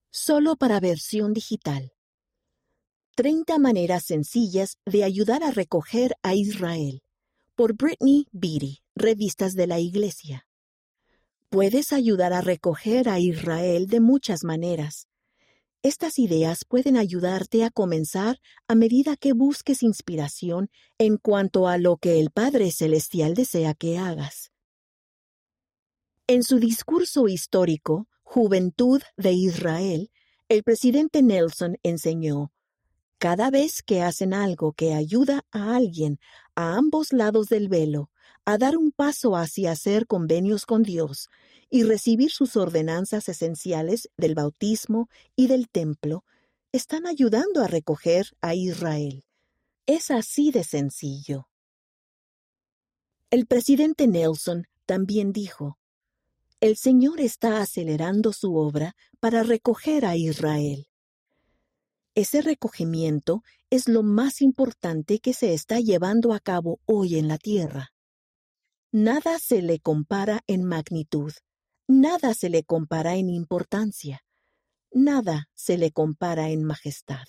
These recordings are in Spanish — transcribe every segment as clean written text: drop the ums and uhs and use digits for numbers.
Solo para versión digital. 30 maneras sencillas de ayudar a recoger a Israel. Por Brittany Beatty, Revistas de la Iglesia. Puedes ayudar a recoger a Israel de muchas maneras. Estas ideas pueden ayudarte a comenzar a medida que busques inspiración en cuanto a lo que el Padre Celestial desea que hagas. En su discurso histórico, Juventud de Israel, el presidente Nelson enseñó: cada vez que hacen algo que ayuda a alguien a ambos lados del velo a dar un paso hacia hacer convenios con Dios y recibir sus ordenanzas esenciales del bautismo y del templo, están ayudando a recoger a Israel. Es así de sencillo. El presidente Nelson también dijo: el Señor está acelerando su obra para recoger a Israel. Ese recogimiento es lo más importante que se está llevando a cabo hoy en la tierra. Nada se le compara en magnitud, nada se le compara en importancia, nada se le compara en majestad.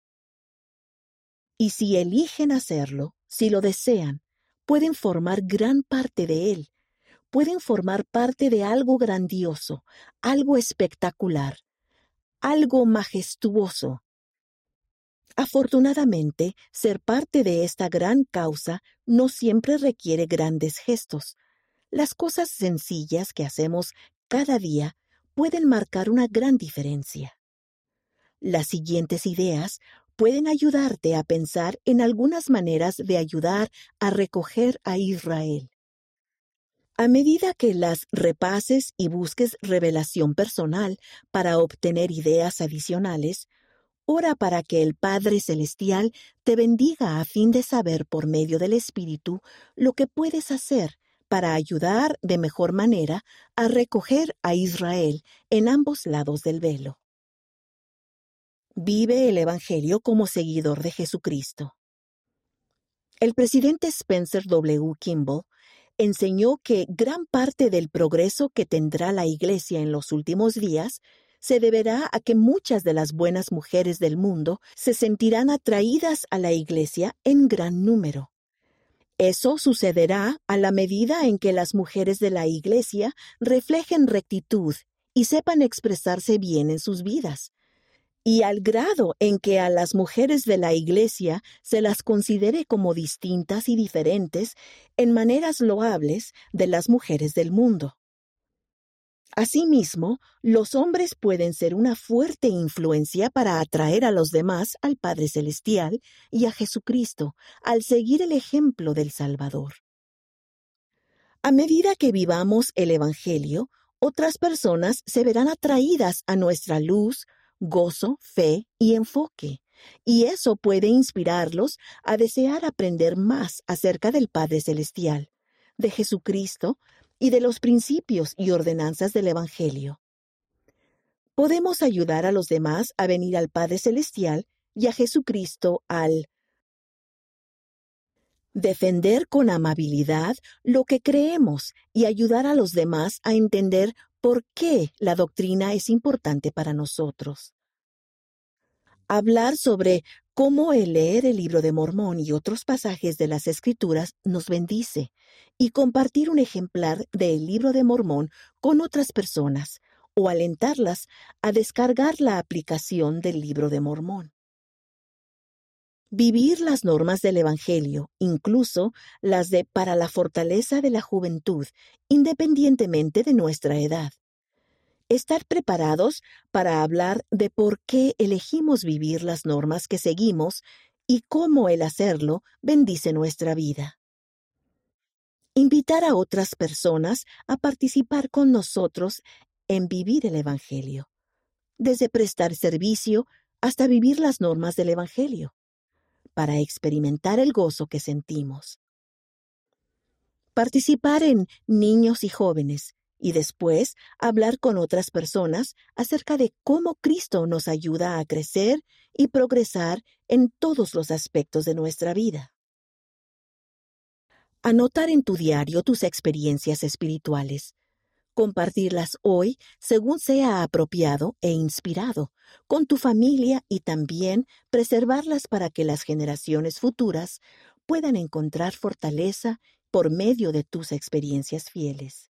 Y si eligen hacerlo, si lo desean, pueden formar gran parte de él, pueden formar parte de algo grandioso, algo espectacular, algo majestuoso. Afortunadamente, ser parte de esta gran causa no siempre requiere grandes gestos. Las cosas sencillas que hacemos cada día pueden marcar una gran diferencia. Las siguientes ideas pueden ayudarte a pensar en algunas maneras de ayudar a recoger a Israel. A medida que las repases y busques revelación personal para obtener ideas adicionales, ora para que el Padre Celestial te bendiga a fin de saber por medio del Espíritu lo que puedes hacer para ayudar de mejor manera a recoger a Israel en ambos lados del velo. Vive el Evangelio como seguidor de Jesucristo. El presidente Spencer W. Kimball enseñó que gran parte del progreso que tendrá la Iglesia en los últimos días se deberá a que muchas de las buenas mujeres del mundo se sentirán atraídas a la Iglesia en gran número. Eso sucederá a la medida en que las mujeres de la Iglesia reflejen rectitud y sepan expresarse bien en sus vidas, y al grado en que a las mujeres de la Iglesia se las considere como distintas y diferentes en maneras loables de las mujeres del mundo. Asimismo, los hombres pueden ser una fuerte influencia para atraer a los demás al Padre Celestial y a Jesucristo, al seguir el ejemplo del Salvador. A medida que vivamos el Evangelio, otras personas se verán atraídas a nuestra luz, gozo, fe y enfoque, y eso puede inspirarlos a desear aprender más acerca del Padre Celestial, de Jesucristo y de los principios y ordenanzas del Evangelio. Podemos ayudar a los demás a venir al Padre Celestial y a Jesucristo al defender con amabilidad lo que creemos y ayudar a los demás a entender por qué la doctrina es importante para nosotros. Hablar sobre cómo el leer el Libro de Mormón y otros pasajes de las Escrituras nos bendice, y compartir un ejemplar del Libro de Mormón con otras personas, o alentarlas a descargar la aplicación del Libro de Mormón. Vivir las normas del Evangelio, incluso las de para la fortaleza de la juventud, independientemente de nuestra edad. Estar preparados para hablar de por qué elegimos vivir las normas que seguimos y cómo el hacerlo bendice nuestra vida. Invitar a otras personas a participar con nosotros en vivir el Evangelio, desde prestar servicio hasta vivir las normas del Evangelio, para experimentar el gozo que sentimos. Participar en niños y jóvenes, y después hablar con otras personas acerca de cómo Cristo nos ayuda a crecer y progresar en todos los aspectos de nuestra vida. Anotar en tu diario tus experiencias espirituales. Compartirlas hoy según sea apropiado e inspirado con tu familia y también preservarlas para que las generaciones futuras puedan encontrar fortaleza por medio de tus experiencias fieles.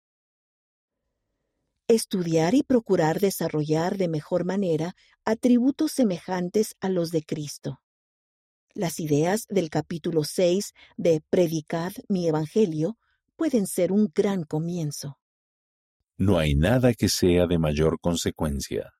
Estudiar y procurar desarrollar de mejor manera atributos semejantes a los de Cristo. Las ideas del capítulo 6 de Predicad mi Evangelio pueden ser un gran comienzo. No hay nada que sea de mayor consecuencia.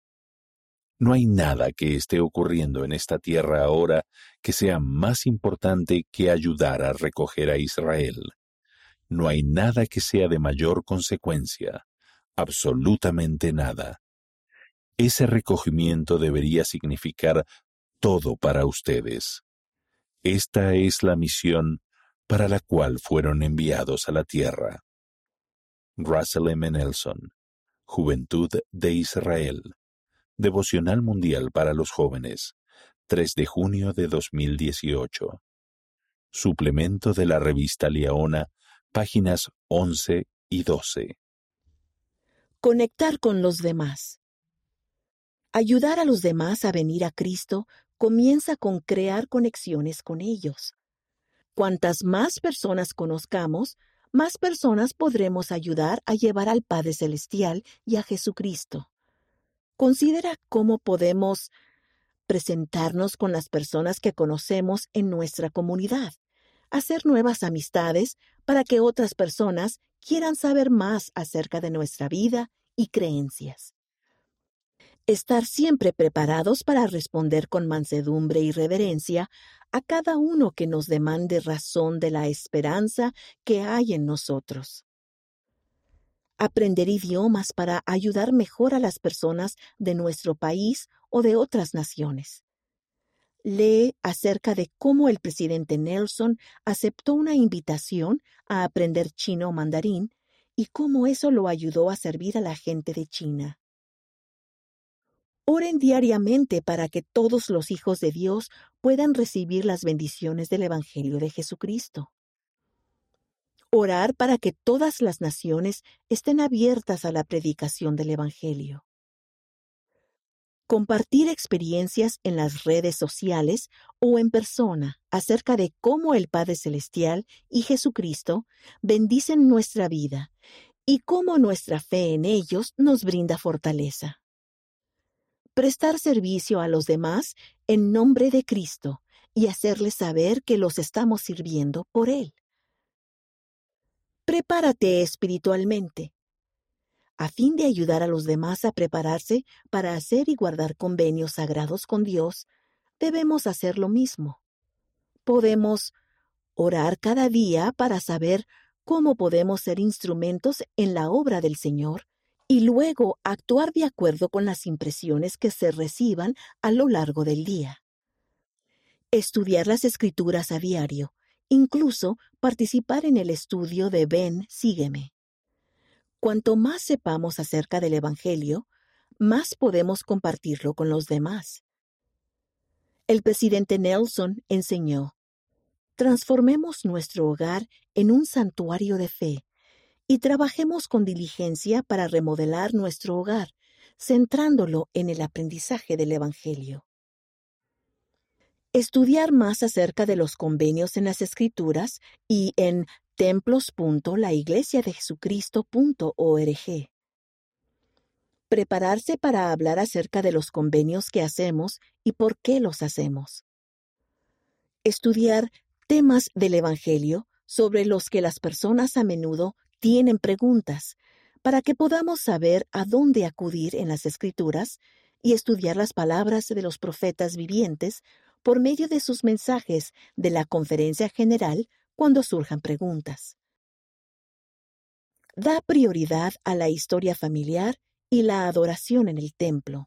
No hay nada que esté ocurriendo en esta tierra ahora que sea más importante que ayudar a recoger a Israel. No hay nada que sea de mayor consecuencia. Absolutamente nada. Ese recogimiento debería significar todo para ustedes. Esta es la misión para la cual fueron enviados a la tierra. Russell M. Nelson, Juventud de Israel. Devocional Mundial para los Jóvenes, 3 de junio de 2018. Suplemento de la revista Liaona, páginas 11 y 12. Conectar con los demás. Ayudar a los demás a venir a Cristo comienza con crear conexiones con ellos. Cuantas más personas conozcamos, más personas podremos ayudar a llevar al Padre Celestial y a Jesucristo. Considera cómo podemos presentarnos con las personas que conocemos en nuestra comunidad, hacer nuevas amistades para que otras personas quieran saber más acerca de nuestra vida y creencias. Estar siempre preparados para responder con mansedumbre y reverencia a cada uno que nos demande razón de la esperanza que hay en nosotros. Aprender idiomas para ayudar mejor a las personas de nuestro país o de otras naciones. Lee acerca de cómo el presidente Nelson aceptó una invitación a aprender chino o mandarín y cómo eso lo ayudó a servir a la gente de China. Oren diariamente para que todos los hijos de Dios puedan recibir las bendiciones del Evangelio de Jesucristo. Orar para que todas las naciones estén abiertas a la predicación del Evangelio. Compartir experiencias en las redes sociales o en persona acerca de cómo el Padre Celestial y Jesucristo bendicen nuestra vida y cómo nuestra fe en ellos nos brinda fortaleza. Prestar servicio a los demás en nombre de Cristo y hacerles saber que los estamos sirviendo por Él. Prepárate espiritualmente. A fin de ayudar a los demás a prepararse para hacer y guardar convenios sagrados con Dios, debemos hacer lo mismo. Podemos orar cada día para saber cómo podemos ser instrumentos en la obra del Señor y luego actuar de acuerdo con las impresiones que se reciban a lo largo del día. Estudiar las Escrituras a diario, incluso participar en el estudio de Ven, sígueme. Cuanto más sepamos acerca del Evangelio, más podemos compartirlo con los demás. El presidente Nelson enseñó: transformemos nuestro hogar en un santuario de fe y trabajemos con diligencia para remodelar nuestro hogar, centrándolo en el aprendizaje del Evangelio. Estudiar más acerca de los convenios en las Escrituras y en templos.laiglesiadejesucristo.org. Prepararse para hablar acerca de los convenios que hacemos y por qué los hacemos. Estudiar temas del Evangelio sobre los que las personas a menudo tienen preguntas, para que podamos saber a dónde acudir en las Escrituras y estudiar las palabras de los profetas vivientes por medio de sus mensajes de la Conferencia General cuando surjan preguntas. Da prioridad a la historia familiar y la adoración en el templo.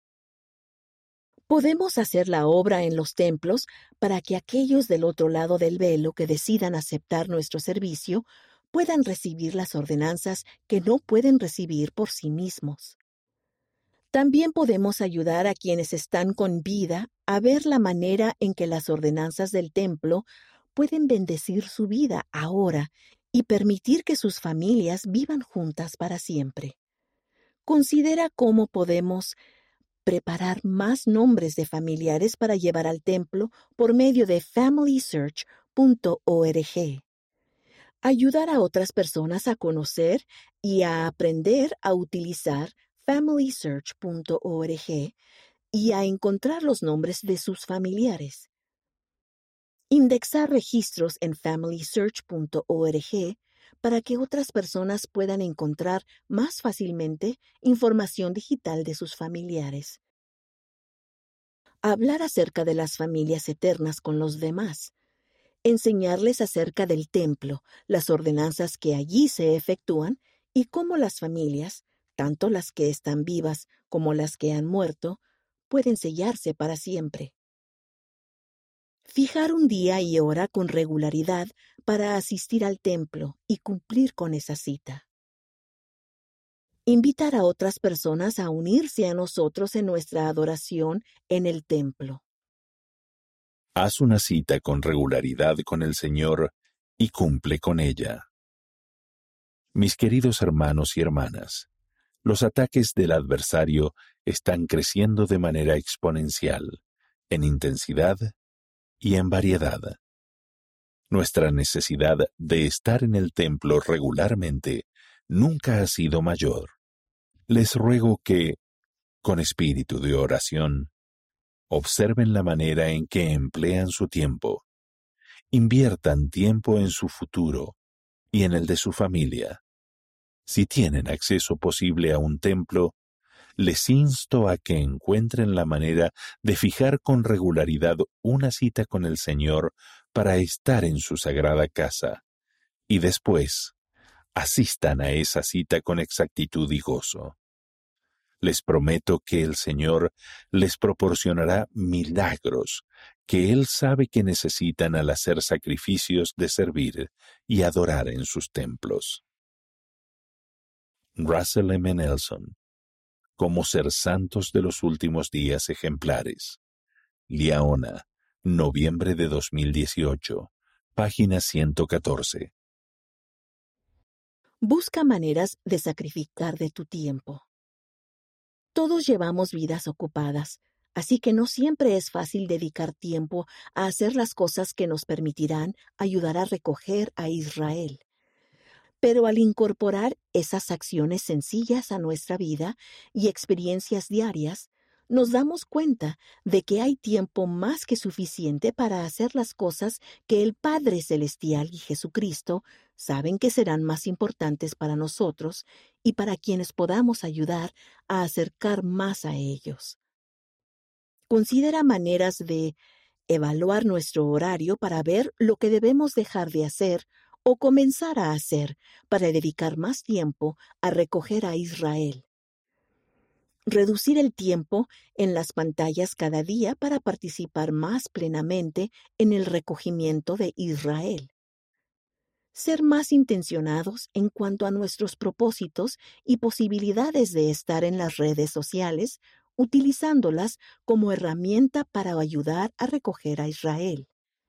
Podemos hacer la obra en los templos para que aquellos del otro lado del velo que decidan aceptar nuestro servicio puedan recibir las ordenanzas que no pueden recibir por sí mismos. También podemos ayudar a quienes están con vida a ver la manera en que las ordenanzas del templo pueden bendecir su vida ahora y permitir que sus familias vivan juntas para siempre. Considera cómo podemos preparar más nombres de familiares para llevar al templo por medio de familysearch.org. Ayudar a otras personas a conocer y a aprender a utilizar familysearch.org y a encontrar los nombres de sus familiares. Indexar registros en familysearch.org para que otras personas puedan encontrar más fácilmente información digital de sus familiares. Hablar acerca de las familias eternas con los demás. Enseñarles acerca del templo, las ordenanzas que allí se efectúan y cómo las familias, tanto las que están vivas como las que han muerto, pueden sellarse para siempre. Fijar un día y hora con regularidad para asistir al templo y cumplir con esa cita. Invitar a otras personas a unirse a nosotros en nuestra adoración en el templo. Haz una cita con regularidad con el Señor y cumple con ella. Mis queridos hermanos y hermanas, los ataques del adversario están creciendo de manera exponencial, en intensidad y en variedad. Nuestra necesidad de estar en el templo regularmente nunca ha sido mayor. Les ruego que, con espíritu de oración, observen la manera en que emplean su tiempo. Inviertan tiempo en su futuro y en el de su familia. Si tienen acceso posible a un templo, les insto a que encuentren la manera de fijar con regularidad una cita con el Señor para estar en su sagrada casa, y después asistan a esa cita con exactitud y gozo. Les prometo que el Señor les proporcionará milagros que Él sabe que necesitan al hacer sacrificios de servir y adorar en sus templos. Russell M. Nelson. Cómo ser santos de los últimos días ejemplares. Liaona, noviembre de 2018, página 114. Busca maneras de sacrificar de tu tiempo. Todos llevamos vidas ocupadas, así que no siempre es fácil dedicar tiempo a hacer las cosas que nos permitirán ayudar a recoger a Israel. Pero al incorporar esas acciones sencillas a nuestra vida y experiencias diarias, nos damos cuenta de que hay tiempo más que suficiente para hacer las cosas que el Padre Celestial y Jesucristo saben que serán más importantes para nosotros y para quienes podamos ayudar a acercar más a ellos. Considera maneras de evaluar nuestro horario para ver lo que debemos dejar de hacer o comenzar a hacer para dedicar más tiempo a recoger a Israel. Reducir el tiempo en las pantallas cada día para participar más plenamente en el recogimiento de Israel. Ser más intencionados en cuanto a nuestros propósitos y posibilidades de estar en las redes sociales, utilizándolas como herramienta para ayudar a recoger a Israel.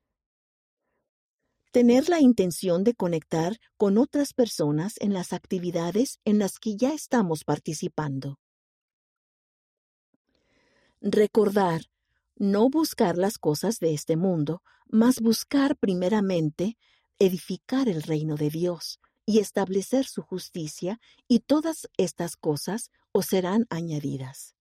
Tener la intención de conectar con otras personas en las actividades en las que ya estamos participando. Recordar, no buscar las cosas de este mundo, mas buscar primeramente edificar el reino de Dios y establecer su justicia, y todas estas cosas os serán añadidas.